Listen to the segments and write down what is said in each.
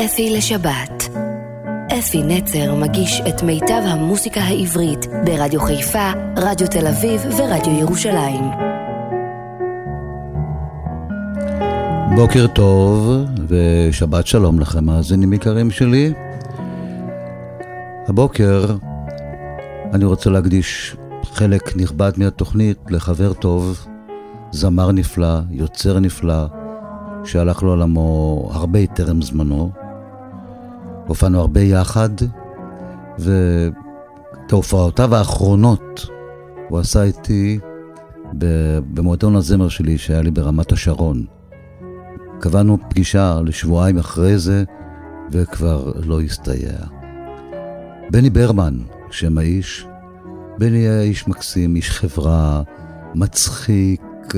אפי לשבת. אפי נצר מגיש את מיטב המוסיקה העברית ברדיו חיפה, רדיו תל אביב ורדיו ירושלים. בוקר טוב ושבת שלום לכם מאזינים יקרים שלי. הבוקר אני רוצה להקדיש חלק נכבד מהתוכנית לחבר טוב, זמר נפלא, יוצר נפלא, שהלך לו עולמו הרבה טרם זמנו. הופענו הרבה יחד, ואת ההופעותיו האחרונות הוא עשה איתי במועדון הזמר שלי שהיה לי ברמת השרון. קבענו פגישה לשבועיים אחרי זה, וכבר לא הסתייע. בני ברמן, שם האיש, בני היה איש מקסים, איש חברה, מצחיק,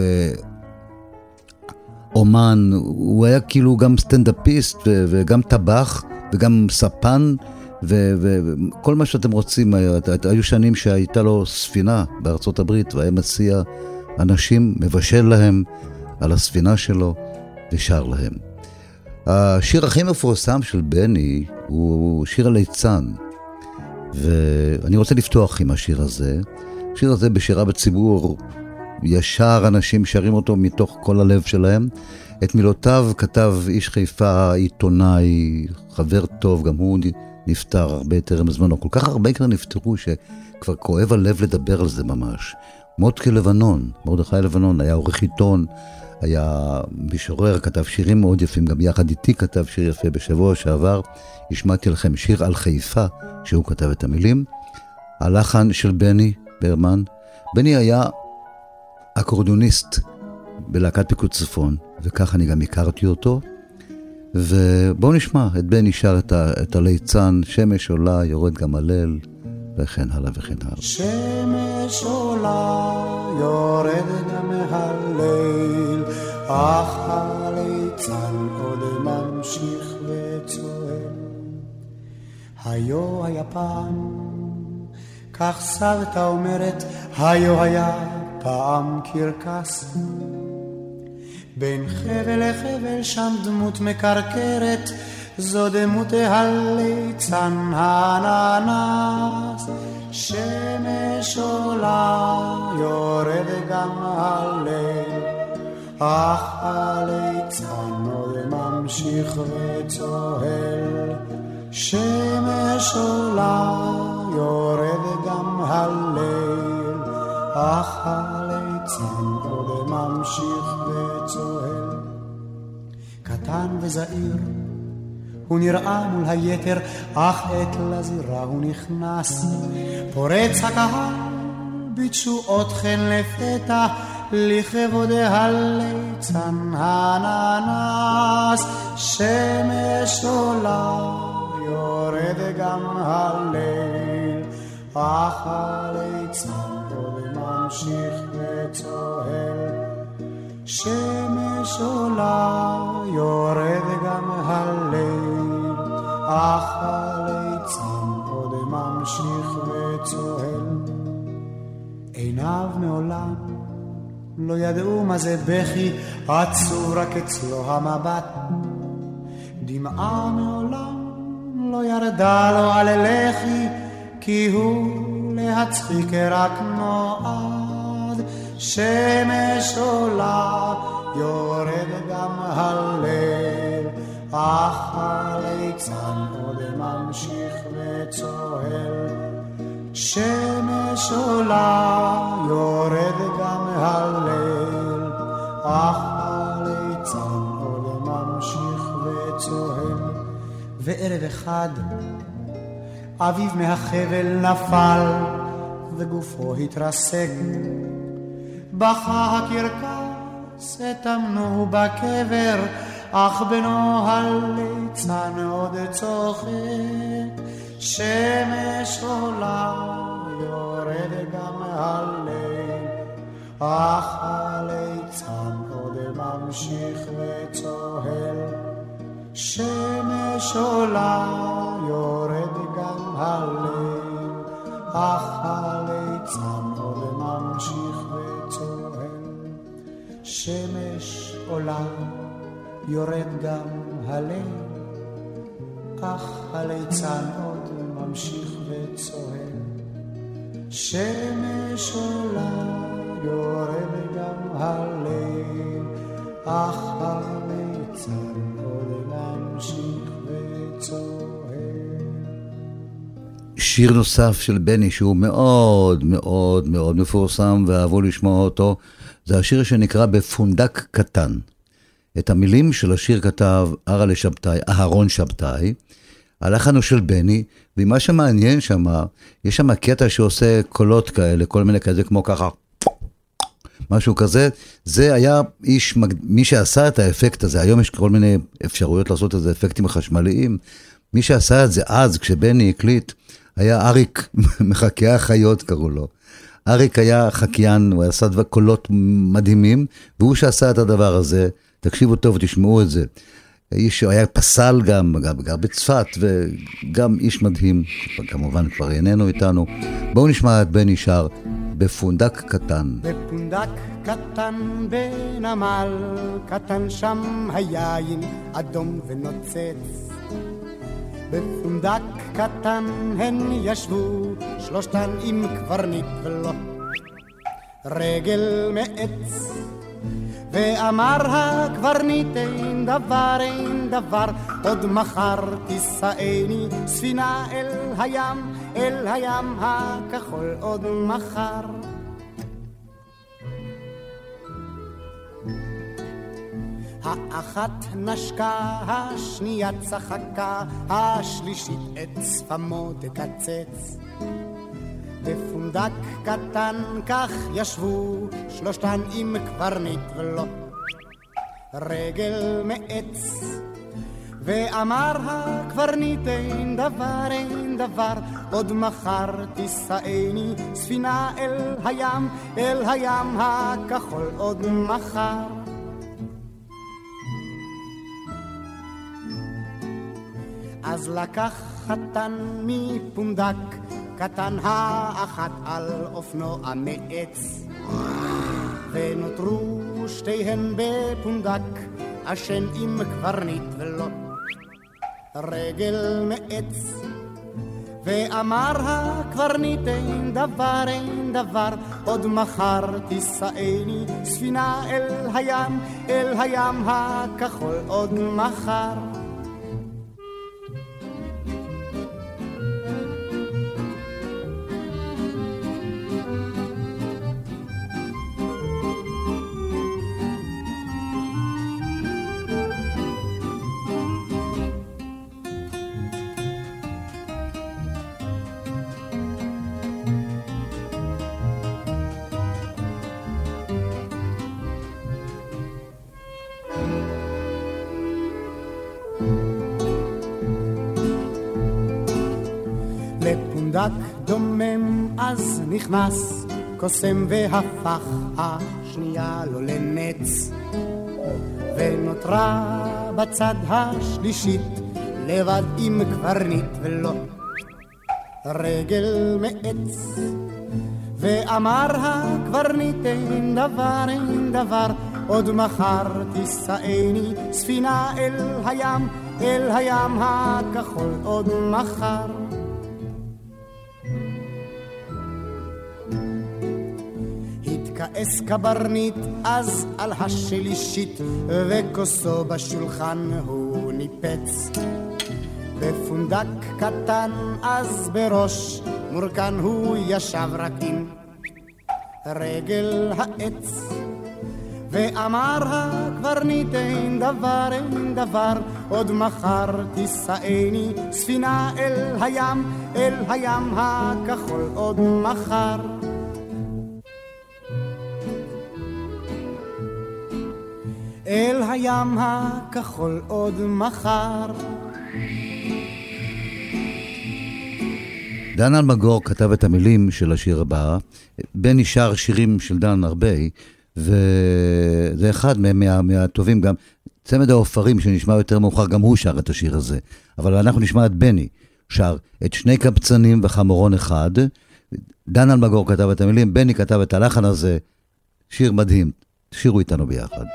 אומן, הוא היה כאילו גם סטנדאפיסט וגם טבח וגם ספן וכל מה שאתם רוצים. היו שנים שהייתה לו ספינה בארצות הברית והיה מציע אנשים, מבשל להם על הספינה שלו ושר להם. השיר הכי מפורסם של בני הוא שיר הליצן, ואני רוצה לפתוח עם השיר הזה. השיר הזה בשירה בציבור, ישר אנשים שרים אותו מתוך כל הלב שלהם. את מילותיו כתב איש חיפה, עיתונאי, חבר טוב, גם הוא נפטר הרבה טרם זמנו. כל כך הרבה כבר נפטרו שכבר כואב הלב לדבר על זה ממש. מודקה לבנון, מרדכי לבנון, היה עורך עיתון, היה משורר, כתב שירים מאוד יפים, גם יחד איתי כתב שיר יפה. בשבוע שעבר השמעתי לכם שיר על חיפה, שהוא כתב את המילים. הלחן של בני ברמן. בני היה אקורדיוניסט בלהקת פיקוד צפון, וכך אני גם הכרתי אותו. ובואו נשמע את בני שר את הליצן, שמש עולה, יורד גם הליל, וכן הלאה וכן הלאה. שמש עולה, יורד גם הליל, אך הליצן עוד ממשיך וצועק. היו היה פעם, כך סבתא אומרת, היו היה פעם קרקס, בין חבל לחבל שם דמות מקרקרת, זו דמות הליצן האננס. שמש עולה, יורד גם הליל, אך הליצן עוד ממשיך וצוהל. שמש עולה, יורד גם הליל, אך הליצן עוד ממשיך וצוהל. קטן וזעיר הוא נראה מול היתר, אך עת לזירה הוא נכנס. פורץ הקהל בתשואות חן לפתע, לכבוד הליצן האננס. שמש עולה, יורד גם הליל, אך הליצן עוד ממשיך וצוהל. שמש עולה, יורד גם הליל, אך הליצן עוד ממשיך וצוהל. עיניו מעולם לא ידעו מה זה בכי, עצוב רק אצלו המבט. דמעה מעולם לא ירדה לו על לחי, כי הוא להצחיק רק נועד. שמש עולה, יורד גם הליל, אך הליצן עוד ממשיך וצוהל. שמש עולה, יורד גם הליל, אך הליצן עוד ממשיך וצוהל. וערב אחד אביו מהחבל נפל וגופו התרסק, בכה הקרקס התאמנו בקבר, אך בנו הליצן עוד צוחק. שמש עולה, יורד גם הליל, אך הליצן עוד ממשיך וצוהל. שמש עולה, יורד גם הליל, אך הליצן עוד ממשיך וצוהל. שמש עולה, יורד גם הליל, אך הליצן עוד ממשיך וצוהל. שמש עולה יורד גם הליל, אך הליצן עוד ממשיך וצוהל. שיר נוסף של בני שהוא מאוד מאוד מאוד מפורסם ואהבו לשמוע אותו, זה השיר שנקרא בפונדק קטן. את המילים של השיר כתב אהרון שבתאי, הלחן הוא של בני, ומה שמעניין שם, יש שם קטע שעושה קולות כאלה, כל מיני כזה כמו ככה, משהו כזה, זה היה מי שעשה את האפקט הזה, היום יש כל מיני אפשרויות לעשות את זה, אפקטים חשמליים, מי שעשה את זה אז, כשבני הקליט, היה אריק מחכי החיות קראו לו. אריק היה חקיין, הוא עשה קולות מדהימים, והוא שעשה את הדבר הזה, תקשיבו טוב, תשמעו את זה. איש היה פסל גם, גר בצפת, וגם איש מדהים, כמובן כבר איננו איתנו. בואו נשמע את בני שר בפונדק קטן. בפונדק קטן בנמל קטן, שם היין אדום ונוצץ. בפונדק קטן הן ישבו, שלושתן עם קברניט ולא רגל מעץ. ואמר הקברניט אין דבר אין דבר, עוד מחר תישאני ספינה אל הים הכחול עוד מחר. האחת נשקה, השנייה צחקה, השלישית את שפמו תקצץ. בפונדק קטן כך ישבו, שלושתן עם קברניט ולא רגל מעץ. ואמר הקברניט אין דבר, עוד מחר תישאני ספינה אל הים הכחול עוד מחר. אז לקח חתן מפונדק קטן האחת על אופנוע מעץ, ונותרו שתיהן בפונדק, אשן עם קברניט ולא רגל מעץ. ואמר הקברניט אין דבר, עוד מחר תישאני ספינה אל הים הכחול עוד מחר. לפונדק דומם אז נכנס קוסם והפך השנייה לו לנץ, ונותרה בצד השלישית לבד עם קברניט ולא רגל מעץ. ואמר הקברניט אין דבר, עוד מחר תישאני ספינה אל הים הכחול עוד מחר. התכעס קברניט אז על השלישית, וכוסו בשולחן הוא ניפץ. בפונדק קטן אז בראש מורכן הוא ישב רק עם רגל העץ. ואמר הקברניט אין דבר, עוד מחר תישאני ספינה אל הים הכחול עוד מחר. אל הים הכחול עוד מחר. דן אלמגור כתב את המילים של השיר הבא. בני שר שירים של דן הרבה, וזה אחד מהטובים גם. צמד האופרים שנשמע יותר מאוחר, גם הוא שר את השיר הזה. אבל אנחנו נשמע את בני שר את שני קבצנים וחמורון אחד. דן אלמגור כתב את המילים, בני כתב את הלחן הזה. שיר מדהים, שירו איתנו ביחד.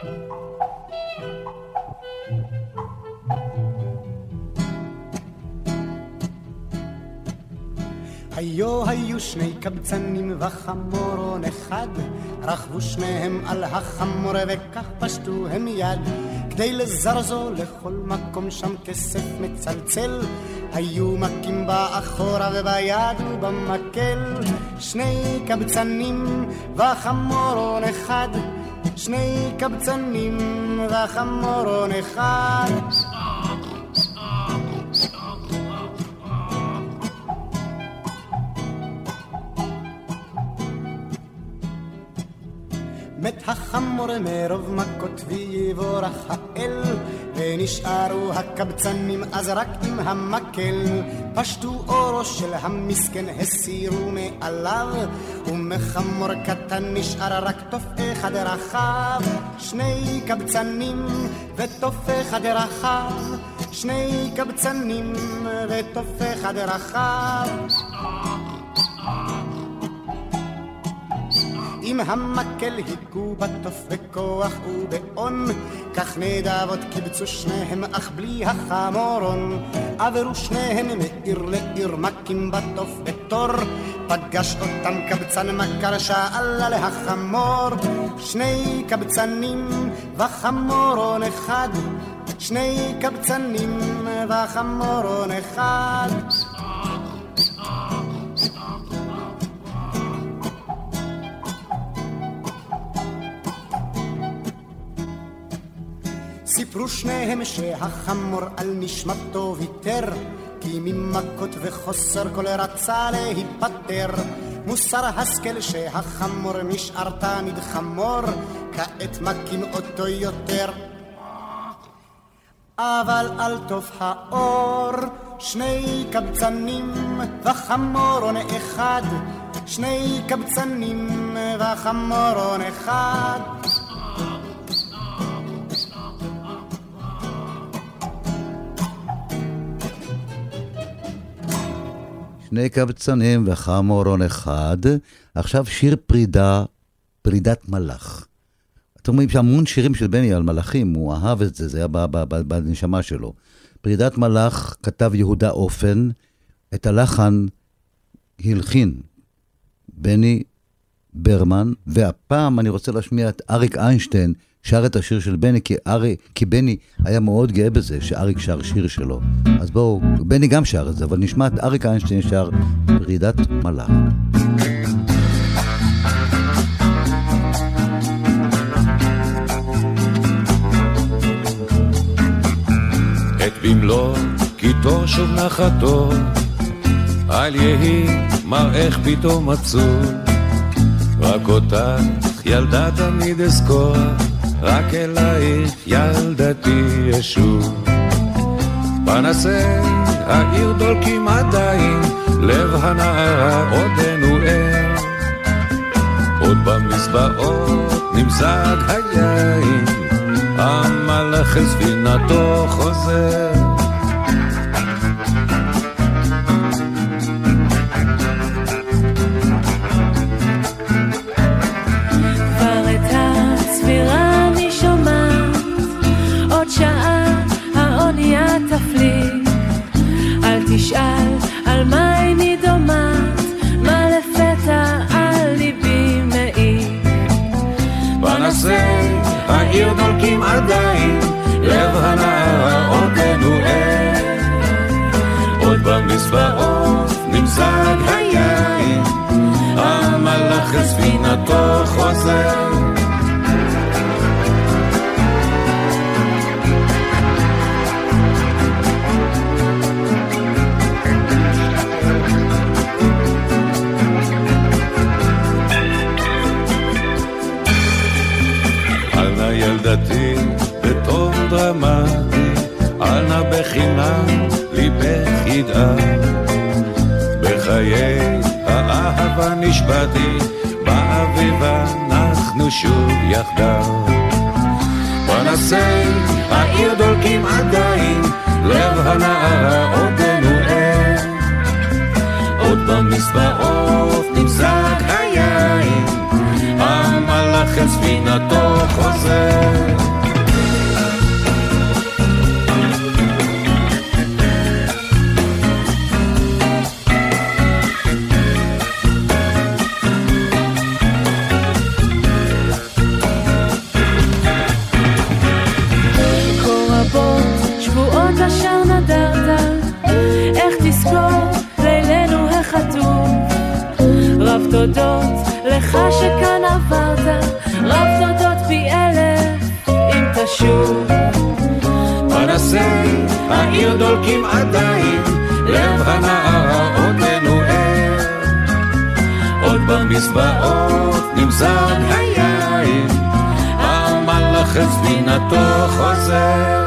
היו שני קבצנים וחמורון אחד, רכבו שניהם על החמור וכך פשטו הם יד, כדי לזרזו לכל מקום שם כסף מצלצל, היו מכים באחורה וביד ובמקל, שני קבצנים וחמורון אחד, שני קבצנים וחמורון אחד. מת החמור מרוב מכות ויבורך האל, ונשארו הקבצנים אז רק עם המקל, פשטו אורו של המסכן הסירו מעליו, ומחמור קטן נשאר רק תוף אחד רחב, שני קבצנים ותוף אחד רחב, שני קבצנים ותוף אחד רחב. עם המקל היגו בתוף בכוח ובעון, כך נדבות קיבצו שניהם אך בלי החמורון, עברו שניהם מעיר לעיר מכים בתוף בתור, פגש אותם קבצן מכר שאל על החמור, שני קבצנים וחמורון אחד, שני קבצנים וחמורון אחד. סיפרו שניהם שהחמור על נשמתו ויתר, כי ממכות וחוסר כל רצה להיפטר, מוסר השכל שהחמור נשאר תמיד חמור, כעת מכים אותו יותר. אבל על תוף האור שני קבצנים וחמורון אחד, שני קבצנים וחמורון אחד. שני קבצנים וחמורון אחד. עכשיו שיר פרידה, פרידת מלאך. אתם אומרים שהמון שירים של בני על מלאכים, הוא אהב את זה, זה היה בנשמה שלו. פרידת מלאך כתב יהודה אופן, את הלחן הלחין בני ברמן, והפעם אני רוצה להשמיע את אריק איינשטיין, שר את השיר של בני, כי בני היה מאוד גאה בזה שאריק שר שיר שלו. אז בואו, בני גם שר את זה, אבל נשמע את אריק איינשטיין שר פרידת מלאך. את במלוא כיתו שוב נחתו, אל יהי מראך פתאום עצוב, רק אותך ילדה תמיד אזכור, רק אלייך ילדתי ישוב. פנסי העיר דולקים עדיין, לב הנערה עודנו ער, עוד במזבעות נמזג היין, המלאך ספינתו חוזר. כבר את הספירה אני שומעת, עוד שעה האונייה תפליג, אל תשאל על מה איני דומעת, מה לפתע על ליבי מעיק. פנסי העיר דולקים עדיין, לב הנערה עודנו ער, עוד במזבעות נמזג היין, המלאך ספינתו חוזר. אל ילדתי בתום דרמטי, אל נא בחינם ליבך ידעה, בחיי האהבה נשבעתי, באביב אנחנו שוב יחדיו. פנסי העיר דולקים עדיין, לב הנערה עודנו ער, עוד במזבעות נמזג היין, המלאך אל ספינתו חוזר. תודות לך שכאן עברת, רב תודות פי אלף אם תשוב. פנסי העיר דולקים עדיין, לב הנער עודנו ער, עוד במזבעות נמזג היין, המלאך ספינתו חוזר.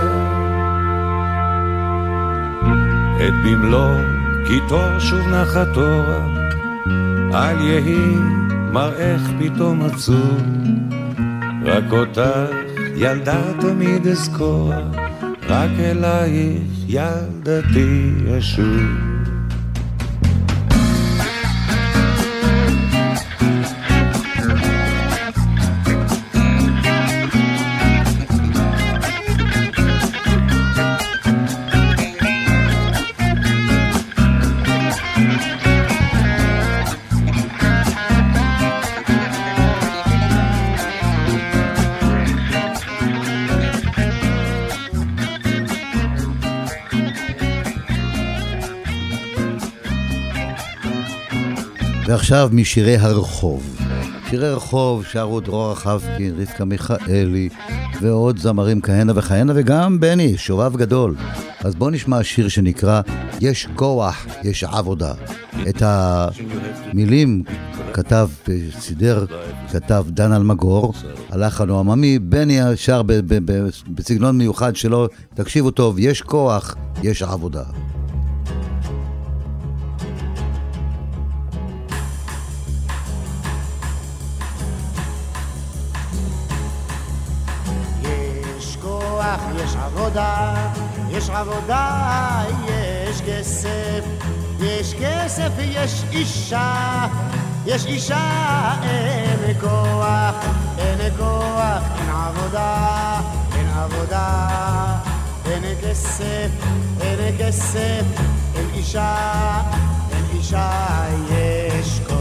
את במלוא כיתור שוב נחת אורה, אל יהי מראך פתאום עצוב, רק אותך ילדה תמיד אזכור, רק אלייך ילדתי אשוב. ועכשיו משירי הרחוב. שירי רחוב שרו דרור רחבקין, רבקה מיכאלי ועוד זמרים כהנה וכהנה, וגם בני, שובב גדול. אז בואו נשמע שיר שנקרא יש כוח, יש עבודה. את המילים כתב סידר, כתב דן אלמגור, הלחן הוא עממי, בני שר בסגנון מיוחד שלו. תקשיבו טוב, יש כוח, יש עבודה. יש עבודה, יש עבודה, יש כסף, יש כסף, יש אישה, יש אישה, אין כוח, אין כוח, אין עבודה, אין עבודה, אין כסף, אין כסף, אין אישה, אין אישה, יש כוח.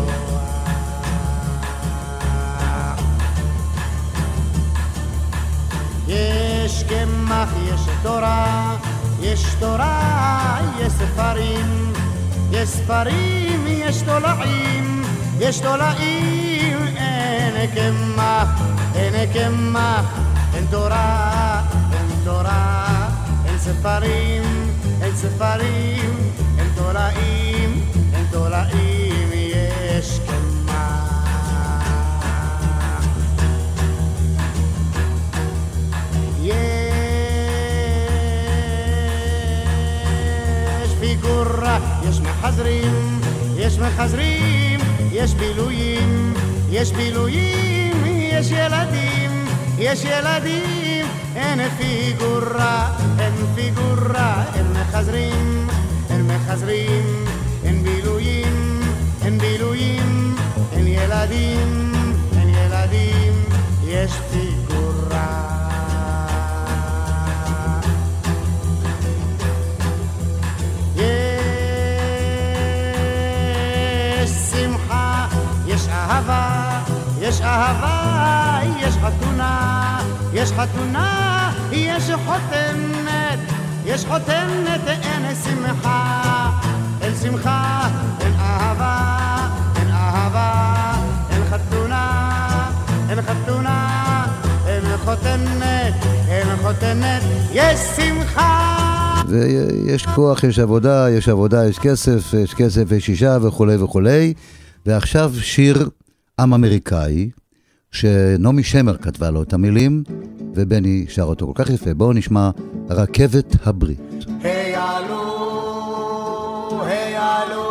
יש קמח, יש תורה, יש תורה, יש ספרים, יש ספרים, יש תולעים, יש תולעים, אין קמח, אין קמח, אין תורה, אין תורה, אין ספרים, אין ספרים, אין תולעים, אין תולעים, יש קמח. יש פיגורה, יש מחזרים, יש מחזרים, יש בילויים, יש בילויים, יש ילדים, יש ילדים, אין פיגורה, אין פיגורה, אין מחזרים, אין מחזרים, אין בילויים, אין בילויים, אין ילדים, אין ילדים, יש פיגורה. יש אהבה, יש חתונה, יש חתונה, יש חותנת, יש חותנת, אין שמחה, אין שמחה, אין אהבה, אין אהבה, אין חתונה, אין חתונה, אין חותנת, אין חותנת, יש שמחה. ויש כוח, יש עבודה, יש עבודה, יש כסף, יש כסף, יש אישה וכולי וכולי. ועכשיו שיר עם אמריקאי, שנומי שמר כתבה לו את המילים, ובני שר אותו כל כך יפה. בואו נשמע רכבת הברית. היי אלו, היי אלו,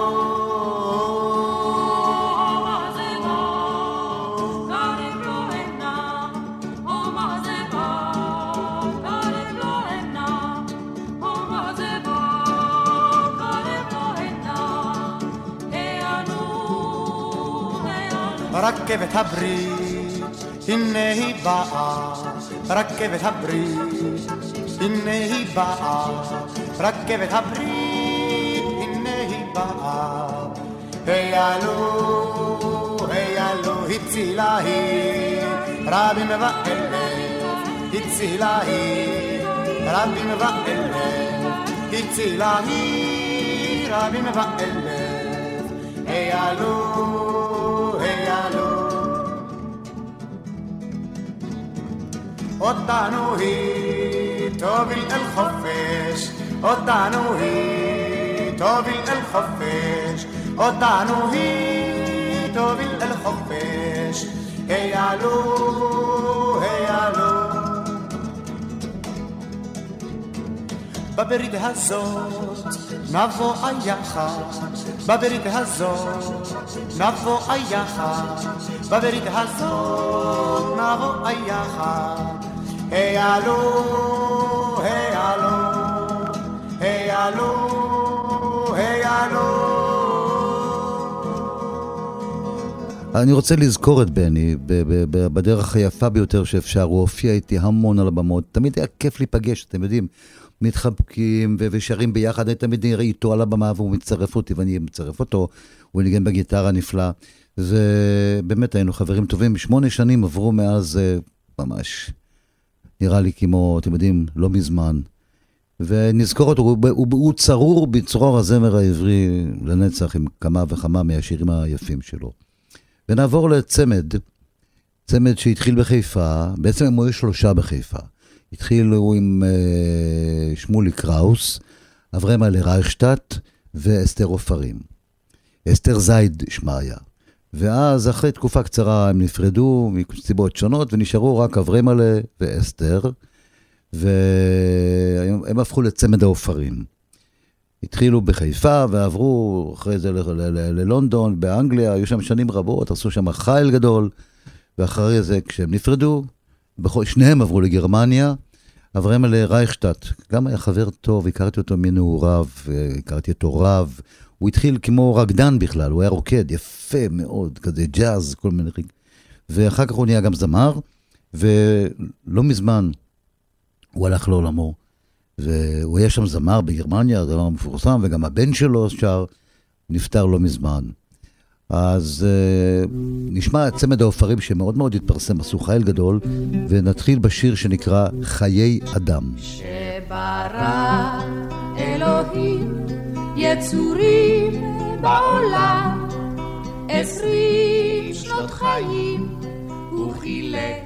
רכבת הברית, הנה היא באה, רכבת הברית, הנה היא באה, רכבת הברית, הנה היא באה. היי אלו, הצילה היא, רבים ואלף, הצילה היא, רבים ואלף, הצילה היא, רבים ואלף. היי אלו, אותנו היא תוביל אל חופש, אותנו היא תוביל אל חופש, אותנו היא תוביל אל חופש. היעלו, היעלו. בברית הזאת נבוא היחד, בברית הזאת נבוא היחד, בברית הזאת נבוא היחד. היעלו, היעלו, היעלו, היעלו. אני רוצה לזכור את בני בדרך היפה ביותר שאפשר. הוא הופיע איתי המון על הבמות, תמיד היה כיף להיפגש, אתם יודעים, מתחבקים ושרים ביחד. אני תמיד נראה איתו על הבמה והוא מצטרף אותי ואני מצטרף אותו, הוא ניגן בגיטרה נפלא, ובאמת היינו חברים טובים. 8 שנים עברו מאז, ממש נראה לי כמו, אתם יודעים, לא מזמן, ונזכור אותו. הוא צרור בצרור הזמר העברי לנצח עם כמה וכמה מהשירים היפים שלו. ונעבור לצמד, צמד שהתחיל בחיפה, בעצם הם היו 3 בחיפה. התחילו עם שמולי קראוס, אברהם אלי רייכשטט ואסתר עופרים. אסתר זייד שמה היה. ואז אחרי תקופה קצרה הם נפרדו מסיבות שונות, ונשארו רק אברהם אלי ואסתר, והם הפכו לצמד העופרים. התחילו בחיפה ועברו אחרי זה ללונדון, באנגליה, היו שם שנים רבות, עשו שם חייל גדול, ואחרי זה כשהם נפרדו, שניהם עברו לגרמניה. אברהם אלי רייכשטט גם היה חבר טוב, הכרתי אותו מנעוריו, הכרתי אותו רב, הוא התחיל כמו רקדן בכלל, הוא היה רוקד יפה מאוד, כזה ג'אז, כל מיני רגעים, ואחר כך הוא נהיה גם זמר, ולא מזמן הוא הלך לעולמו, והוא היה שם זמר בגרמניה, זמר מפורסם, וגם הבן שלו שר, נפטר לא מזמן. אז נשמע צמד העופרים שמאוד מאוד התפרסם, עשו חייל גדול, ונתחיל בשיר שנקרא חיי אדם. שברא אלוהים יצורים בעולם 20 שנות חיים הוא חילק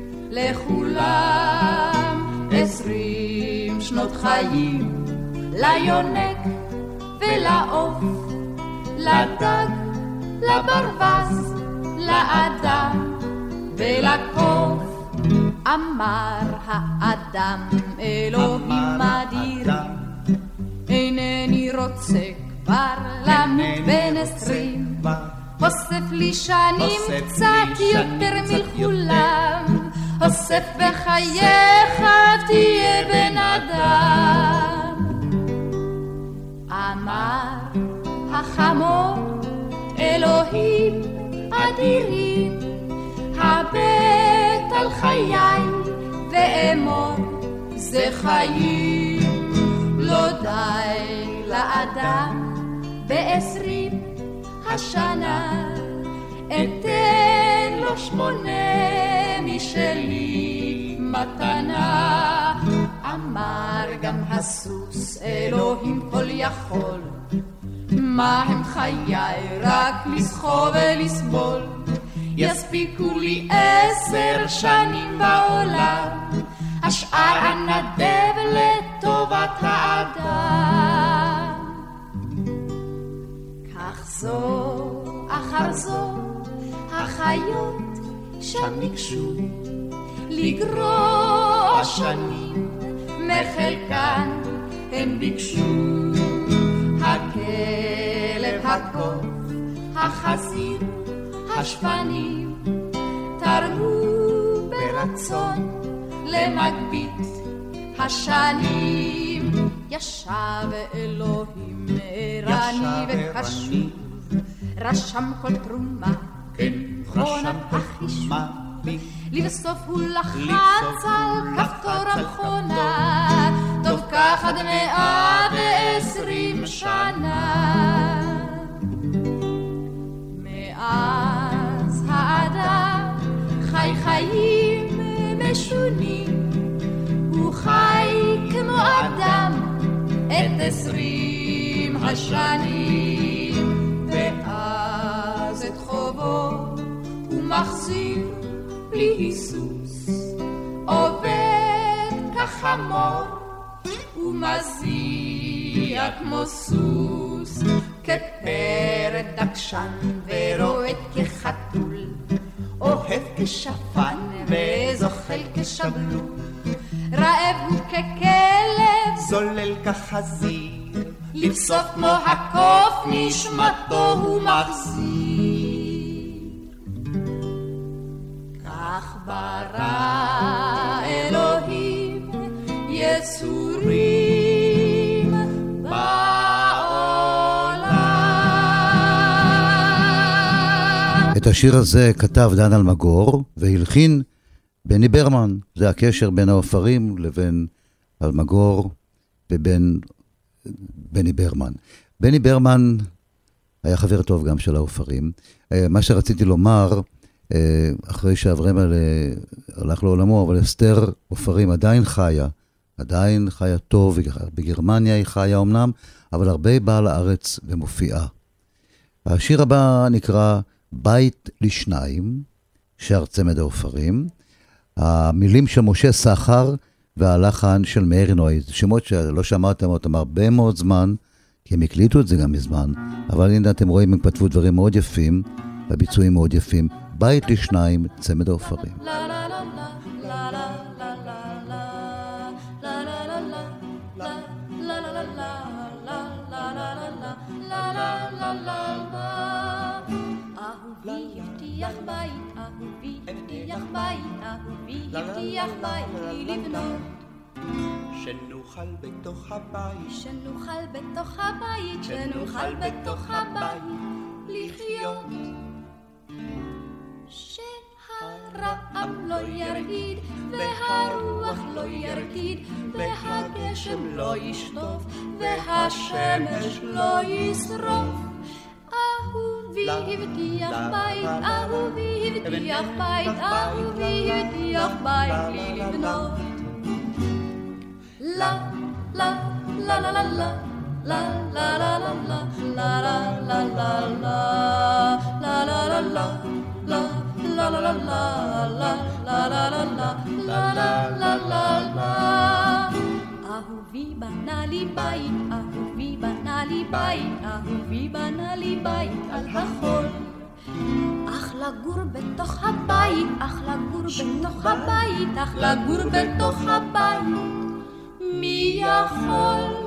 לכולם 20 שנות חיים ליונק ולעוף לדג לברווז לאדם ולקוף אמר האדם אלוהים אדירים אינני רוצה כבר למות בן 20 אוסף לי שנים קצת יותר מכולם אוסף בחייך תהיה בן אדם אמר החמור אלוהים אדירים הבט על חיי ואמור זה חיים לא די לאדם ב20 השנה אתן לו 8 משלי מתנה אמר גם הסוס אלוהים כל יכול מה הם חיי רק לסחוב ולסבול יספיקו לי 10 שנים בעולם השאר הנדב לטובת האדם כך זו אחר זו החיות שם ניגשו לגרוע שנים מחלקן הם ביקשו הכלב הקוף החזיר השפנים תרמו ברצון למגבית השנים ישב אלוהים ערני וקשוב רשם כל תרומה כרונת החישוב לבסוף הוא לחץ על כפתור המכונה טוב כך עד 120 שנה מאז האדם חי חיים משונים הוא חי כמו אדם את 20 השנים ואז את חובו הוא מחזיר בלי היסוס עובר כחמור ומזיע כמו סוס, כפרד דקשן ורועד כחתול, אוהב כשפן וזוחל כשבלול, רעב הוא ככלב, זולל כחזיר, לבסוף כמו הקוף נשמתו הוא מחזיר. כך ברא אלוהים יצורים בעולם. את השיר הזה כתב דן אלמגור והלחין בני ברמן. זה הקשר בין העופרים לבין אלמגור ובין בני ברמן. בני ברמן היה חבר טוב גם של העופרים. מה שרציתי לומר, אחרי שאברהם הלך לעולמו, אבל אסתר עופרים עדיין חיה טוב, בגרמניה היא חיה אמנם, אבל הרבה באה לארץ ומופיעה. השיר הבא נקרא בית לשניים, שר צמד העופרים, המילים של משה סחר והלחן של מאיר נוי, שמות שלא שמעתם אותם הרבה מאוד זמן, כי הם הקליטו את זה גם מזמן, אבל הנה אתם רואים, הם כתבו דברים מאוד יפים, והביצועים מאוד יפים. בית לשניים, צמד העופרים. הבטיח בית לבנות, שנוכל בתוך הבית, שנוכל בתוך הבית, שנוכל בתוך הבית לחיות, שהרעב לא ירעיד והרוח לא ירקיד והגשם לא ישטוף והשמש לא ישרוף. אהובי הבטיח בית, אהובי הבטיח בית, אהובי הבטיח בית לי לבנות. לה לה לה לה לה לה לה לה לה לה לה. אהובי בנה לי בית, אהובי בנה לי בית, אהובי בנה לי בית על החול. אך לגור בתוך הבית, אך לגור בתוך הבית, אך לגור בתוך הבית, מי יכול?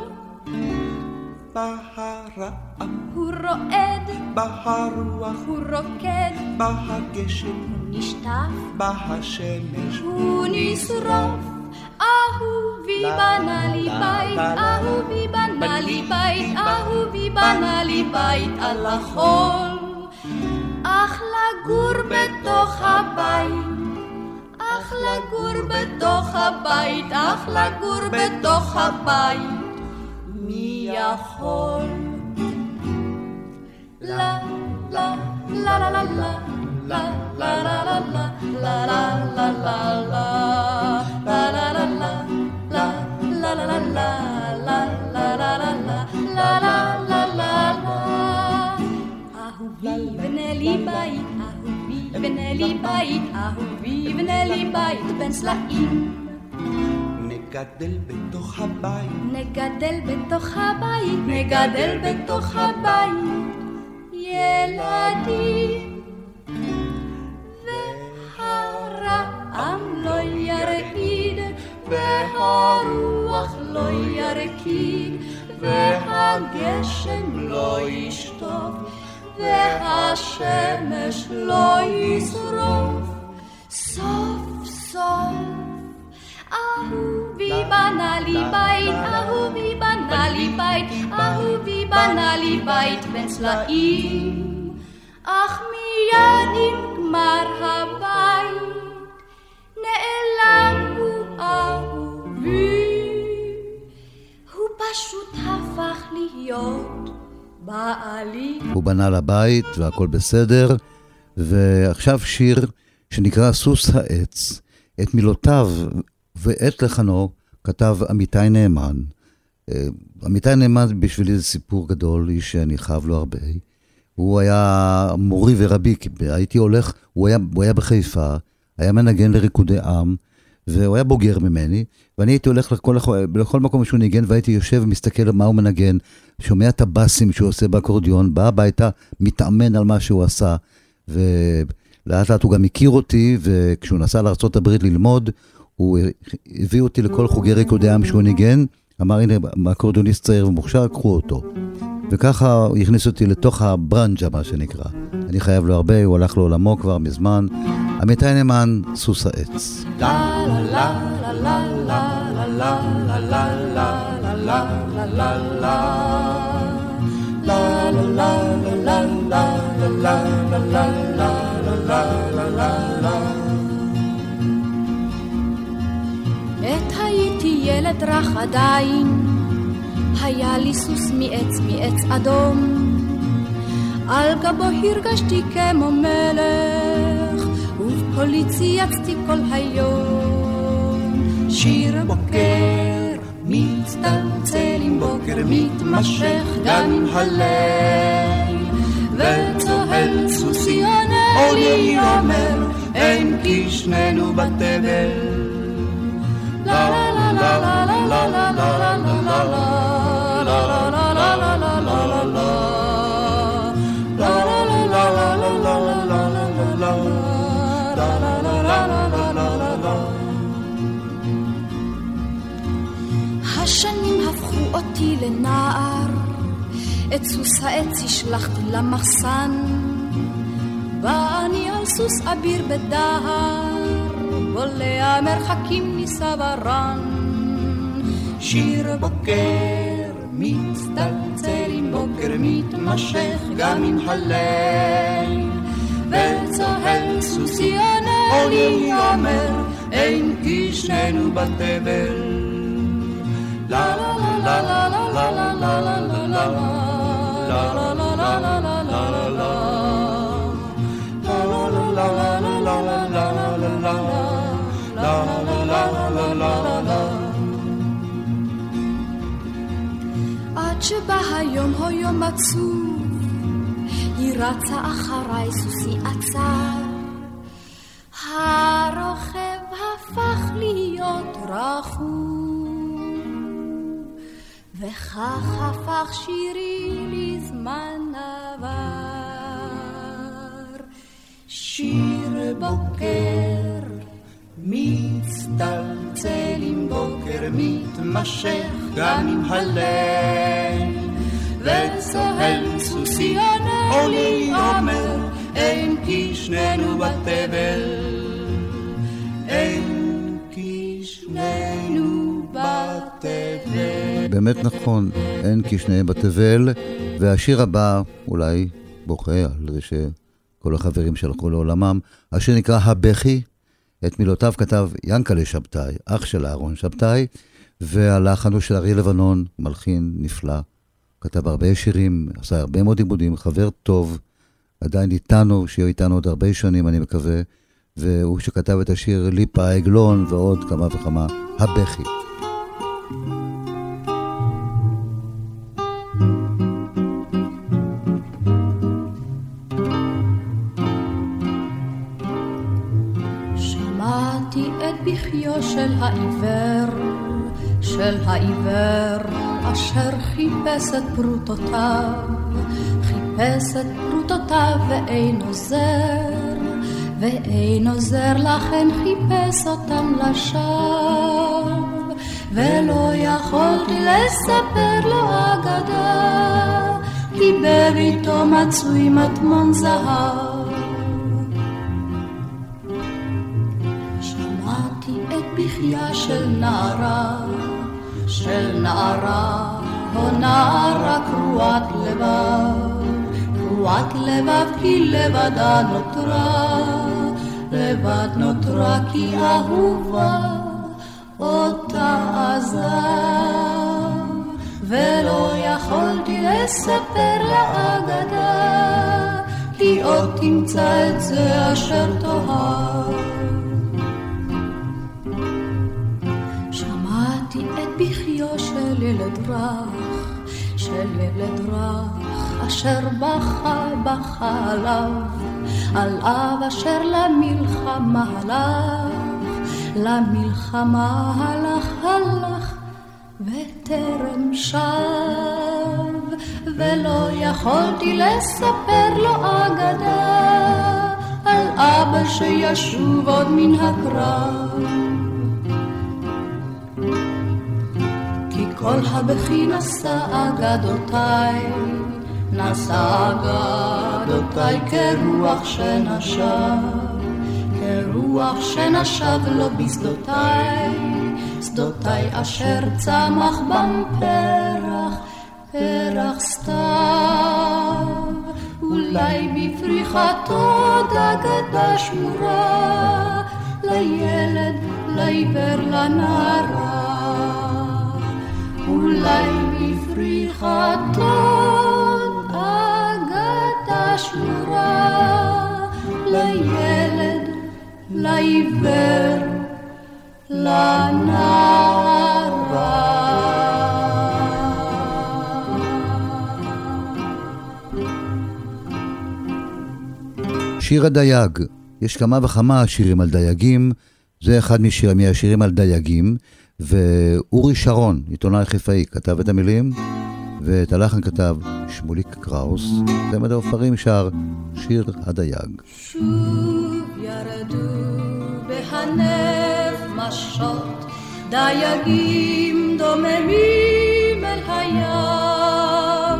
בהרעם הוא רועד, בהרוח הוא רוקד, בהגשם הוא נשטף, בהשמש הוא נשרוף. אהובי בנה לי בית, אהובי בנה לי בית, אהובי בנה לי בית על החול. אך לגור בתוך הבית, אך לגור בתוך הבית, אך לגור בתוך הבית, מי יכול? לה לה לה לה לה לה לה לה לה לה לה לה. אהובי בנה לי בית, אהובי בנה לי בית, אהובי בנה לי בית בין סלעים. נגדל בתוך הבית, נגדל בתוך הבית, נגדל בתוך הבית ילדים, והרעם לא ירעיד והרוח לא ירקיד והגשם לא ישטוף והשמש לא ישרוף. סוף סוף אהובי בנה לי בית, אהובי בנה לי בית, אהובי בנה לי בית בין סלעים. אך מיד עם גמר הבית נעלם הוא אהובי, הוא פשוט הפך להיות בעלי. הוא בנה לבית והכל בסדר. ועכשיו שיר שנקרא סוס העץ. את מילותיו ואת לחנו כתב עמיתי נאמן. עמיתי נאמן בשבילי זה סיפור גדול, איש שאני חייב לו הרבה. הוא היה מורי ורבי, הייתי הולך, הוא היה בחיפה, היה מנגן לריקודי עם, והוא היה בוגר ממני, ואני הייתי הולך לכל מקום שהוא ניגן, והייתי יושב ומסתכל מה הוא מנגן, שומע את הבאסים שהוא עושה באקורדיון, בא הביתה, מתאמן על מה שהוא עשה, ולאט לאט הוא גם הכיר אותי, וכשהוא נסע לארצות הברית ללמוד, הוא הביא אותי לכל חוגי ריקודי עם שהוא ניגן, אמר, הנה, האקורדיוניסט צעיר ומוכשר, קחו אותו. וככה הוא הכניס אותי לתוך הברנג'ה, מה שנקרא. אני חייב לו הרבה, הוא הלך לעולמו כבר מזמן. עמיתי נאמן, סוס העץ. עת הייתי ילד רך עדיין, היה לי סוס מעץ אדום, על גבו הרגשתי כמו מלך, ובקולי צייצתי כל היום. שיר בוקר מצטלצל עם בוקר מתמשך גם עם הליל, וצוהל סוסי עונה לי אומר, אין כי שנינו בתבל. La la la la la la la la la la la השנים הפכו אותי לנער, את סוס העץ השלחתי למחסן, ואני על סוס אביר בדהר, בולע מרחקים ניסה ורן. שיר בוקר מצטלצל עם בוקר מתמשך גם עם הליל, וצוהל סוסי עונה לי אומר, אין כי שנינו בתבל. La la la la la la la la la la la la la la la la. עד שבא היום היום עצוב, היא רצה אחריי סוסי עצר, הרוכב הפך להיות רחוב, וכך הפך שירי לזמן עבר. שיר בוקר מצטלצל עם בוקר מתמשך גם עם הליל, וצוהל סוסי עונה לי אומר, אין כי שנינו בתבל, אין כי שנינו בתבל. באמת נכון, אין כי שניהם בתבל. והשיר הבא אולי בוכה על זה שכל החברים שלחו לעולמם, השיר נקרא הבכי. את מילותיו כתב ינקלה שבתאי, אח של אהרון שבתאי, והלחן הוא של אריה לבנון, מלחין נפלא, כתב הרבה שירים, עשה הרבה מאוד עיבודים, חבר טוב, עדיין איתנו, שיהיה איתנו עוד הרבה שנים אני מקווה, והוא שכתב את השיר ליפה העגלון ועוד כמה וכמה, הבכי. בחיו של העיוור, אשר חיפש את פרוטותיו ואין עוזר, לכן חיפש אותם לשווא, ולא יכולתי לספר לו אגדה, כי בביתו מצוי מטמון זהב. בחייה של נערה, או נערה קרועת לבב, כי לבדה נותרה, כי אהובה אותה עזב, ולא יכולתי לספר לאגדה, כי עוד תמצא את זה אשר תאהב. בחיו של ילד רך, אשר בכה עליו אשר למלחמה הלך, למלחמה הלך וטרם שב, ולא יכולתי לספר לו אגדה על אבא שישוב עוד מן הקרב. כי כל הבכי נשא אגדותיי, נשא אגדותיי כרוח שנשב, כרוח שנשב לו בשדותיי, שדותיי אשר צמח בם פרח סתיו. אולי בפריחתו אגדה שמורה, לילד, לעיוור, לנערה. אולי בפריחתו אגדה שמורה, לילד, לעיוור, לנערה. שיר הדייג, יש כמה וכמה שירים על דייגים, זה אחד מהשירים על דייגים, ואורי שרון, עיתונאי חיפאי, כתב את המילים, ואת הלחן כתב שמוליק קראוס. צמד העופרים שר שיר הדייג. שוב ירדו בהנף משות, דייגים דוממים אל הים,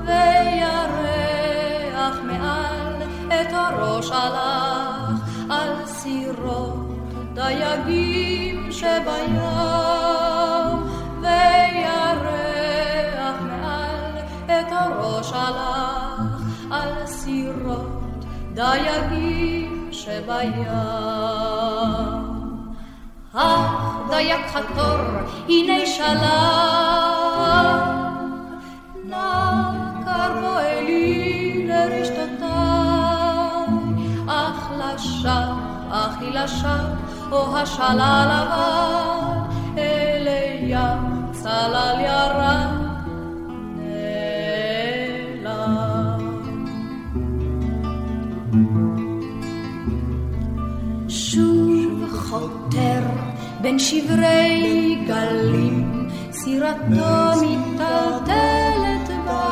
וירח מעל את הראש הלך על סירות דייגים שבים, וירח מעל את הראש הלך על סירות דייגים שבים. דייג חתור הנה שלח, נע קרבו אלי לרשתותיי, אך היא לשווא או השלל לבן, אלי ים צלל ירד נעלם. שוב חותר בין שברי גלים, סירתו מטלטלת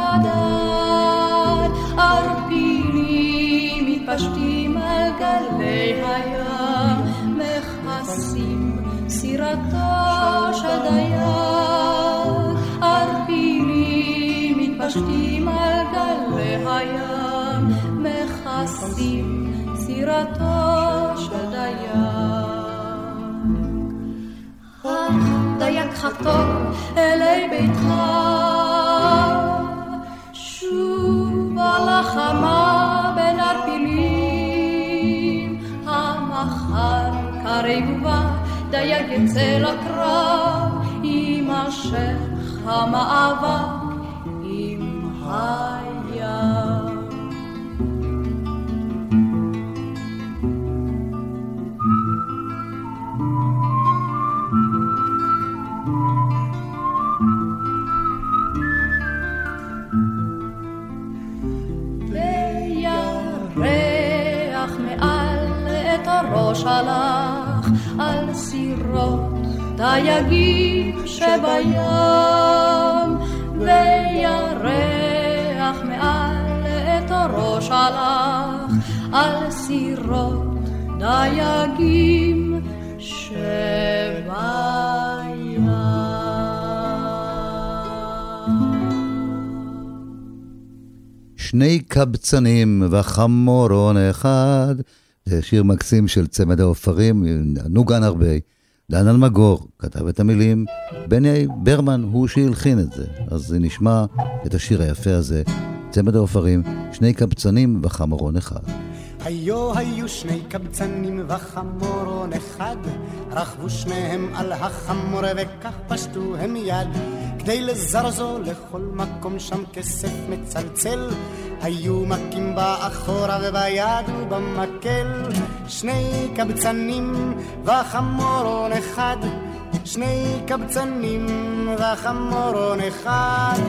בדד, ערפילים מתפשטים על גלי הים, מכסים סירתו של דייג, ערפילים מתפשטים על גלי הים, מכסים סירתו של דייג. דייג חתור אלי ביתך, שוב על החמה בין ערפילים, המחר קרי גובה דייג יצא לקרב, יימשך המאבק עם הים. ראש הלך על סירות דייגים שבים, וירח מעל את הראש הלך על סירות דייגים שבים. שני קבצנים וחמורון אחד, זה שיר מקסים של צמד העופרים, נוגן הרבה. דן אלמגור כתב את המילים, בני ברמן הוא שהלחין את זה. אז נשמע את השיר היפה הזה, צמד העופרים, שני קבצנים וחמורון אחד. היו שני קבצנים וחמורון אחד, רכבו שניהם על החמור וכך פשטו הם יד, כדי לזרזו לכל מקום שם כסף מצלצל, היו מכים באחורה וביד ובמקל. שני קבצנים וחמורון אחד, שני קבצנים וחמורון אחד.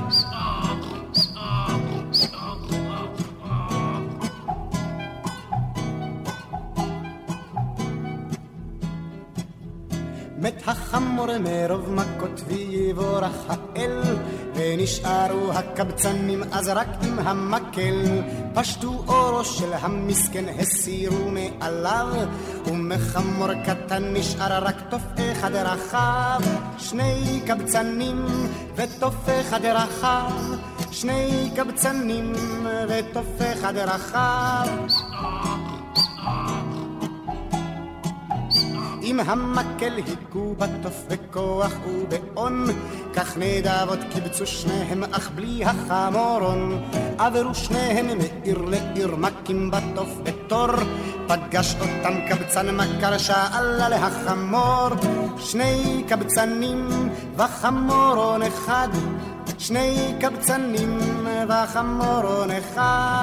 החמור מרוב מכות ויבורך האל, ונשארו הקבצנים אז רק עם המקל. פשטו אורו של המסכן הסירו מעליו, ומחמור קטן נשאר רק תוף אחד רחב. שני קבצנים ותוף אחד רחב, שני קבצנים ותוף אחד רחב. עם המקל היכו בתוף בכוח ובעון, כך נדבות קיבצו שניהם אך בלי החמורון. עברו שניהם מעיר לעיר מכים בתוף בתור, פגש אותם קבצן מכר שאל על החמור. שני קבצנים וחמורון אחד, שני קבצנים וחמורון אחד.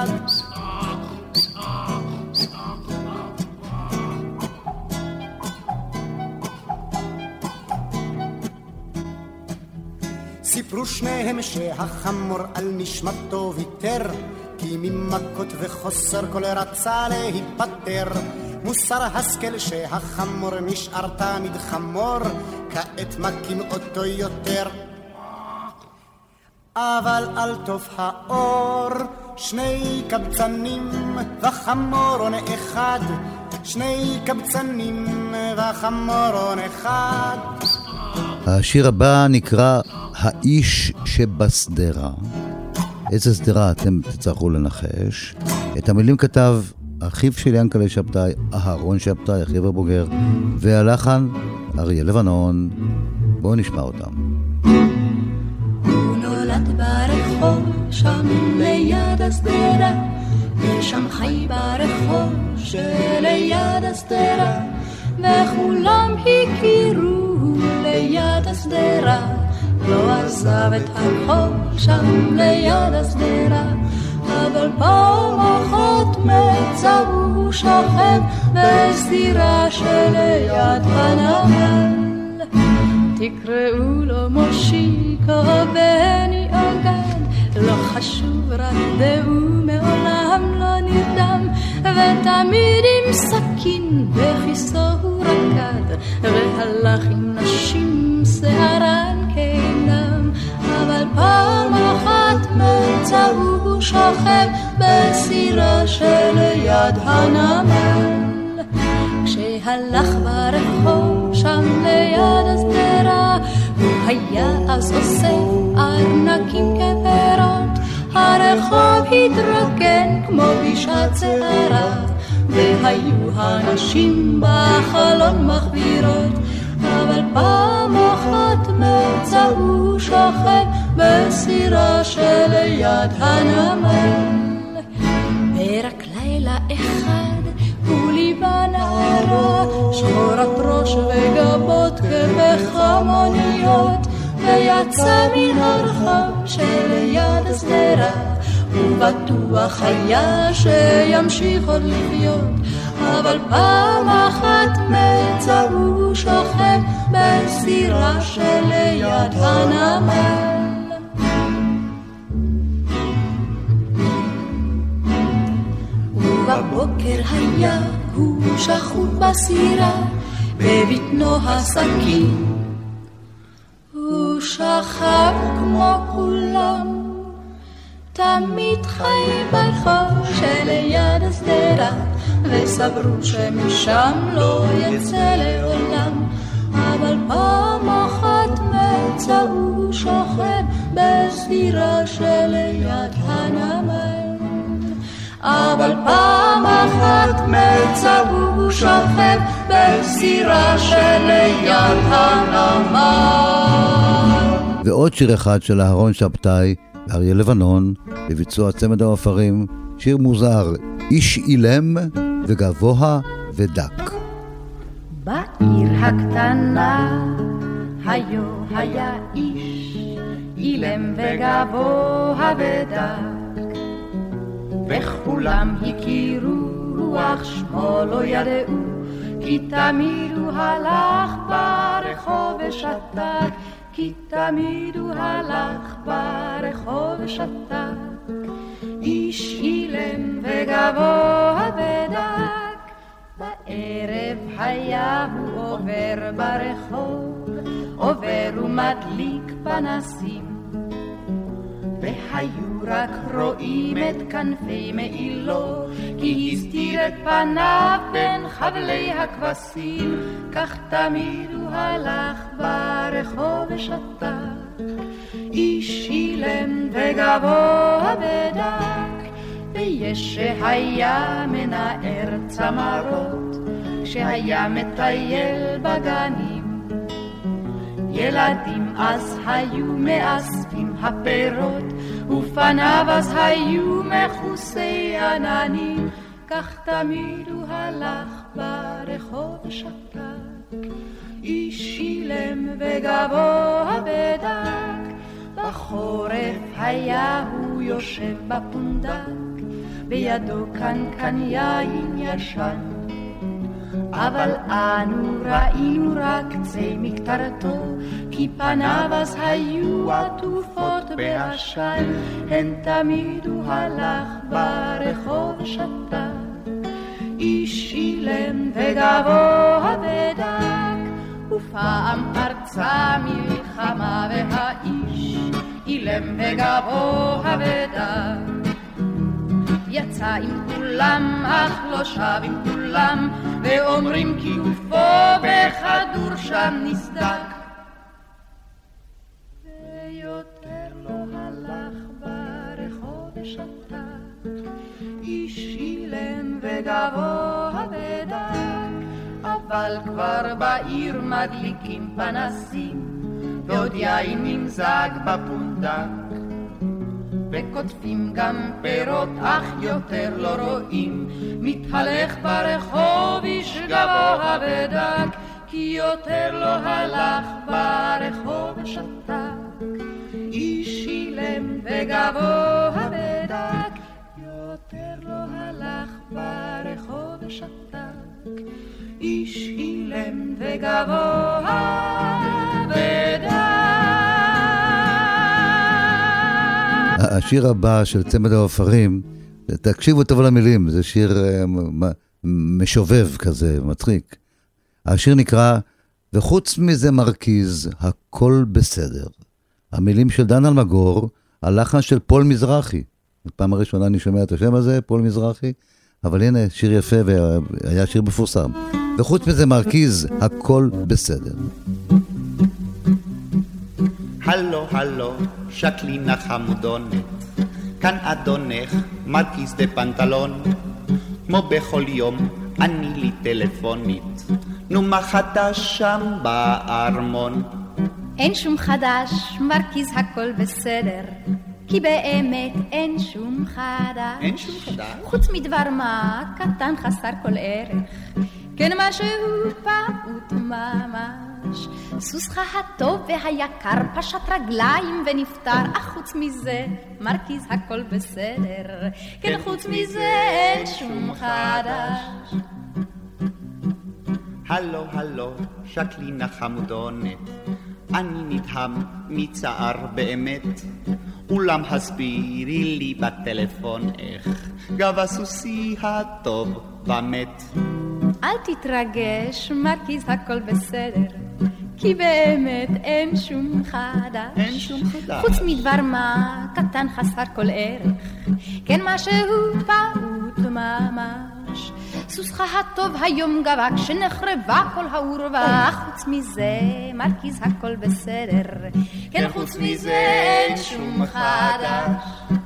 סיפרו שניהם שהחמור על נשמתו ויתר, כי ממכות וחוסר כל רצה להיפטר. מוסר השכל שהחמור נשאר תמיד חמור, כעת מכים אותו יותר. אבל על טוב האור, שני קבצנים וחמורון אחד, שני קבצנים וחמורון אחד. השיר הבא נקרא האיש שבסדרה. איזה סדרה אתם תצטרכו לנחש. את המילים כתב אחיו של ינקלה שבתאי, אהרון שבתאי, אחיו הבוגר, והלחן אריה לבנון. בואו נשמע אותם. הוא נולד ברחוב שם ליד הסדרה, ושם חי ברחוב שליד הסדרה, וכולם הכירו ליד הסדרה. לא עזב את הרחוב שם ליד הסדרה, אבל פעם אחת מצא הוא שוכב בסדירה שליד הנמל. תקראו לו מושיקו בני אגד, לא חשוב רק דהו מעולם לא נרדם, ותמיד עם סכין בכיסו הוא רקד, והלך עם נשים שערן כעינם. אבל פעם אחת מצא הוא שוכב בסירה שליד הנמל. כשהלך ברחוב שם ליד הסדרה, הוא היה אז אוסף ארנקים כפירות. הרחוב התרוקן כמו בשעת שערה, והיו הנשים בחלון מחבירות. אבל פעם אחת מצא הוא שוכב בסירה שליד הנמל. ורק לילה אחד הוא ליבה נערה, שחורת ראש וגבות כבחמוניות, ויצא מן הרחוב שליד הסדרה. הוא בטוח היה שימשיך עוד לחיות, אבל פעם אחת מצא הוא שוכב בסירה שליד הנמל. ובבוקר היה הוא שחוט בסירה, בבטנו הסכין. הוא שכב כמו כולם, תמיד חי ברחוב שליד הסדרה, וסברו שמשם לא יצא לעולם. אבל פעם אחת מצא הוא שוכב בסדירה שליד הנמל. אבל פעם אחת מצא הוא שוכב בסדירה שליד הנמל. ועוד שיר אחד של אהרון שבתאי ואריה לבנון בביצוע צמד העופרים, שיר מוזר, איש אילם וגבוה ודק. בעיר הקטנה היה איש אילם וגבוה ודק, וכולם הכירו אך שמו לא ידעו, כי תמיד הוא הלך ברחוב ושתק, כי תמיד הוא הלך ברחוב ושתק. איש אילם וגבוה ודק, בערב היה הוא עובר ברחוב, עובר ומדליק פנסים, והיו רק רואים את כנפי מעילו, כי הסתיר את פניו בין חבלי הכבשים. כך תמיד הוא הלך ברחוב ושתק, איש אילם וגבוה ודק, ויש שהיה מנער צמרות, כשהיה מטייל בגנים. ילדים אז היו מאספים הפירות, ופניו אז היו מכוסי עננים. כך תמיד הוא הלך ברחוב ושתק, איש אילם וגבוה ודק. בחורף היה הוא יושב בפונדק, בידו קנקן יין ישן, אבל אנו ראינו רק קצה מקטרתו, כי פניו אז היו עטופות בעשן. הן תמיד הוא הלך ברחוב ושתק, איש אילם וגבוה ודק. ופעם פרצה מלחמה והאיש אילם וגבוה ודק, יצא עם כולם אך לא שב עם כולם, ואומרים כי גופו בכדור שם נסדק. ויותר לא הלך ברחוב ושתק, איש אילם וגבוה ודק. אבל כבר בעיר מדליקים פנסים, ועוד יין נמזג בפונדק, וכותבים גם פירות אך יותר לא רואים. מתהלך ברחוב איש גבוה ודק, כי יותר לא הלך ברחוב ושתק, איש אילם וגבוה ודק. יותר לא הלך ברחוב ושתק, איש אילם וגבוה ודק. השיר הבא של צמד העופרים, תקשיבו טוב למילים, זה שיר משובב כזה, מצחיק. השיר נקרא וחוץ מזה מרכיז, הכל בסדר. המילים של דן אלמגור, הלחן של פול מזרחי. פעם הראשונה אני שומע את השם הזה, פול מזרחי, אבל הנה שיר יפה והיה שיר מפורסם. וחוץ מזה מרכיז, הכל בסדר. הלו הלו, שקלינה חמודונת, כאן אדונך מרכיז דה פנטלון. כמו בכל יום אני לי טלפונית, נו מה חדש שם בארמון? אין שום חדש, מרכיז הכל בסדר, כי באמת אין שום חדש. אין שום חדש? חוץ מדבר מה קטן חסר כל ערך, כן משהו פעוט ממש. סוסך הטוב והיקר פשט רגליים ונפטר, אך חוץ מזה מרכיז הכל בסדר, כן חוץ מזה אין שום חדש. הלו הלו, שקלינה חמודונת, אני נדהם מצער באמת, אולם הסבירי לי בטלפון איך גב הסוסי הטוב ומת. אל תתרגש, מרכיז הכל בסדר, כי באמת אין שום חדש. אין שום חדש. חוץ מדבר מה קטן חסר כל ערך, כן משהו פעוט ממש. סוסך הטוב היום גבה כשנחרבה כל העורבה, חוץ מזה מרכיז הכל בסדר, כן חוץ מזה אין שום חדש.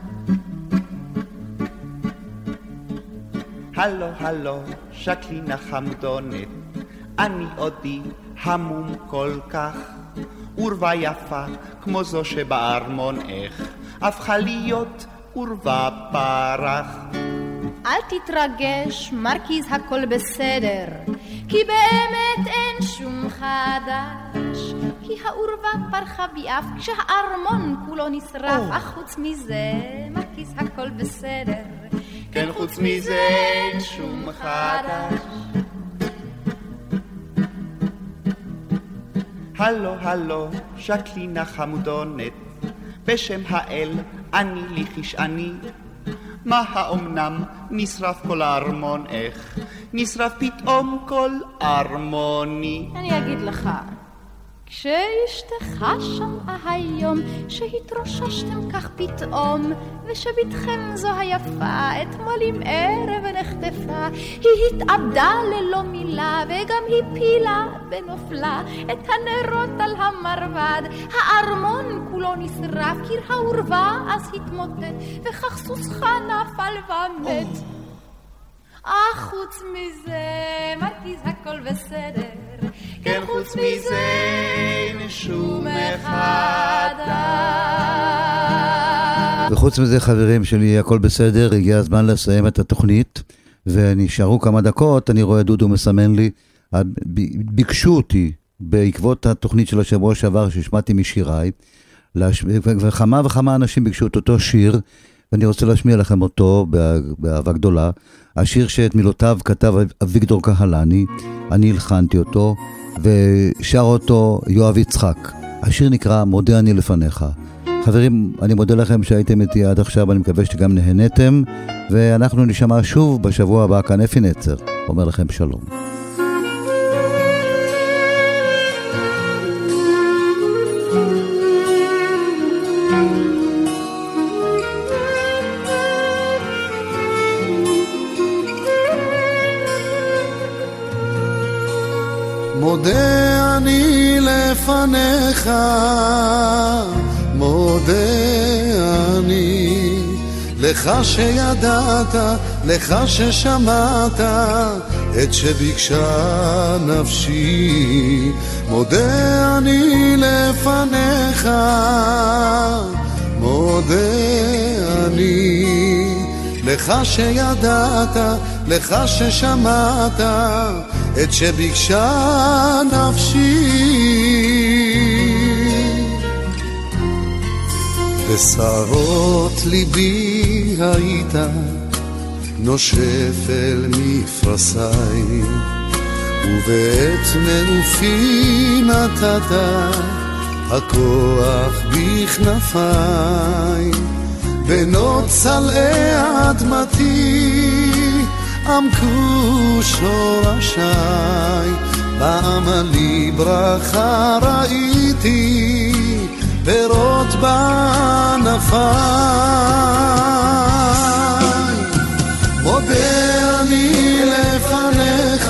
הלו הלו, שקלינה חמודונת, אני עודי המום כל כך, עורבה יפה כמו זו שבארמון איך הפכה להיות עורבה פרח. אל תתרגש, מרכיז הכל בסדר, כי באמת אין שום חדש. כי העורבה פרחה ביעף כשהארמון כולו נשרף, אך חוץ מזה מרכיז הכל בסדר, כן חוץ מזה אין שום חדש. הלו הלו, שקלינה חמודונת, בשם האל אני לי חשעני, מה האומנם נשרף כל הארמון איך נשרף פתאום כל ארמוני? אני אגיד לך, כשאשתך שמעה היום שהתרוששתם כך פתאום ושביתכם זו היפה אתמול עם ערב נחטפה, היא התאבדה ללא מילה וגם הפילה בנופלה את הנרות על המרבד, הארמון כולו נשרף, קיר העורבה אז התמוטט וכך סוסך נפל ומת. חוץ מזה מרגיז הכל בסדר, כן חוץ מזה נשום אחד. וחוץ מזה חברים שלי הכל בסדר, הגיע הזמן לסיים את התוכנית ונשארו כמה דקות. אני רואה דודו מסמן לי, ביקשו אותי בעקבות התוכנית של השבוע שעבר ששמעתי משיריי, וכמה וכמה אנשים ביקשו את אותו שיר ואני רוצה להשמיע לכם אותו באהבה גדולה. השיר שאת מילותיו כתב אביגדור קהלני, אני הלחנתי אותו ושר אותו יואב יצחק. השיר נקרא מודה אני לפניך. חברים, אני מודה לכם שהייתם איתי עד עכשיו, אני מקווה שגם נהנתם, ואנחנו נשמע שוב בשבוע הבא. כאן אפי נצר אומר לכם שלום. מודה אני לפניך, מודה אני לך שידעת, לך ששמעת את שביקשה נפשי. מודה אני לפניך, מודה אני לך שידעת, לך ששמעת את שביקשה נפשי. בשרות ליבי היית נושף אל מפרסי, ובעת מנופי נתת הכוח בכנפי. בנות צלעי אדמתי עמקו שורשי, בעמלי ברכה ראיתי פירות בענפי. מודה אני לפניך,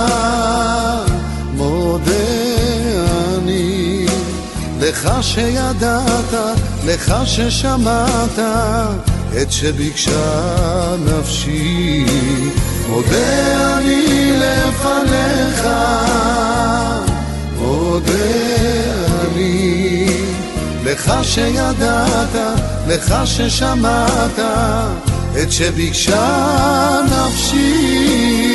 מודה אני לך שידעת, לך ששמעת את שביקשה נפשי. מודה אני לפניך, מודה אני לך שידעת, לך ששמעת את שביקשה נפשי.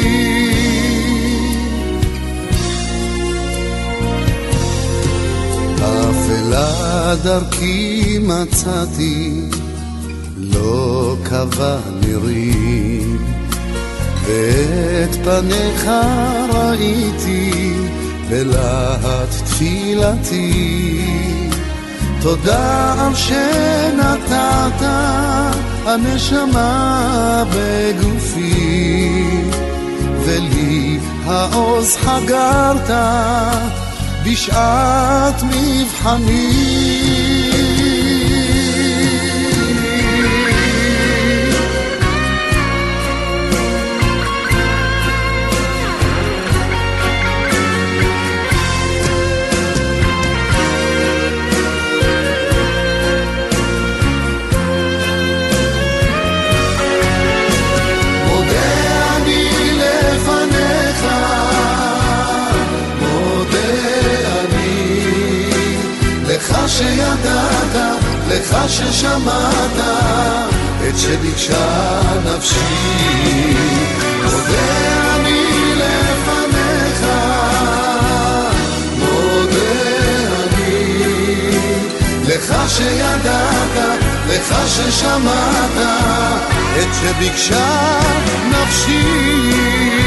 אפלה דרכי מצאתי, לא קבע נירים, ואת פניך ראיתי בלהט תפילתי. תודה על שנתת הנשמה בגופי, ולי העוז חגרת בשעת מבחני. לך שידעת, לך ששמעת את שביקשה נפשי. מודה אני לפניך, מודה אני לך שידעת, לך ששמעת את שביקשה נפשי.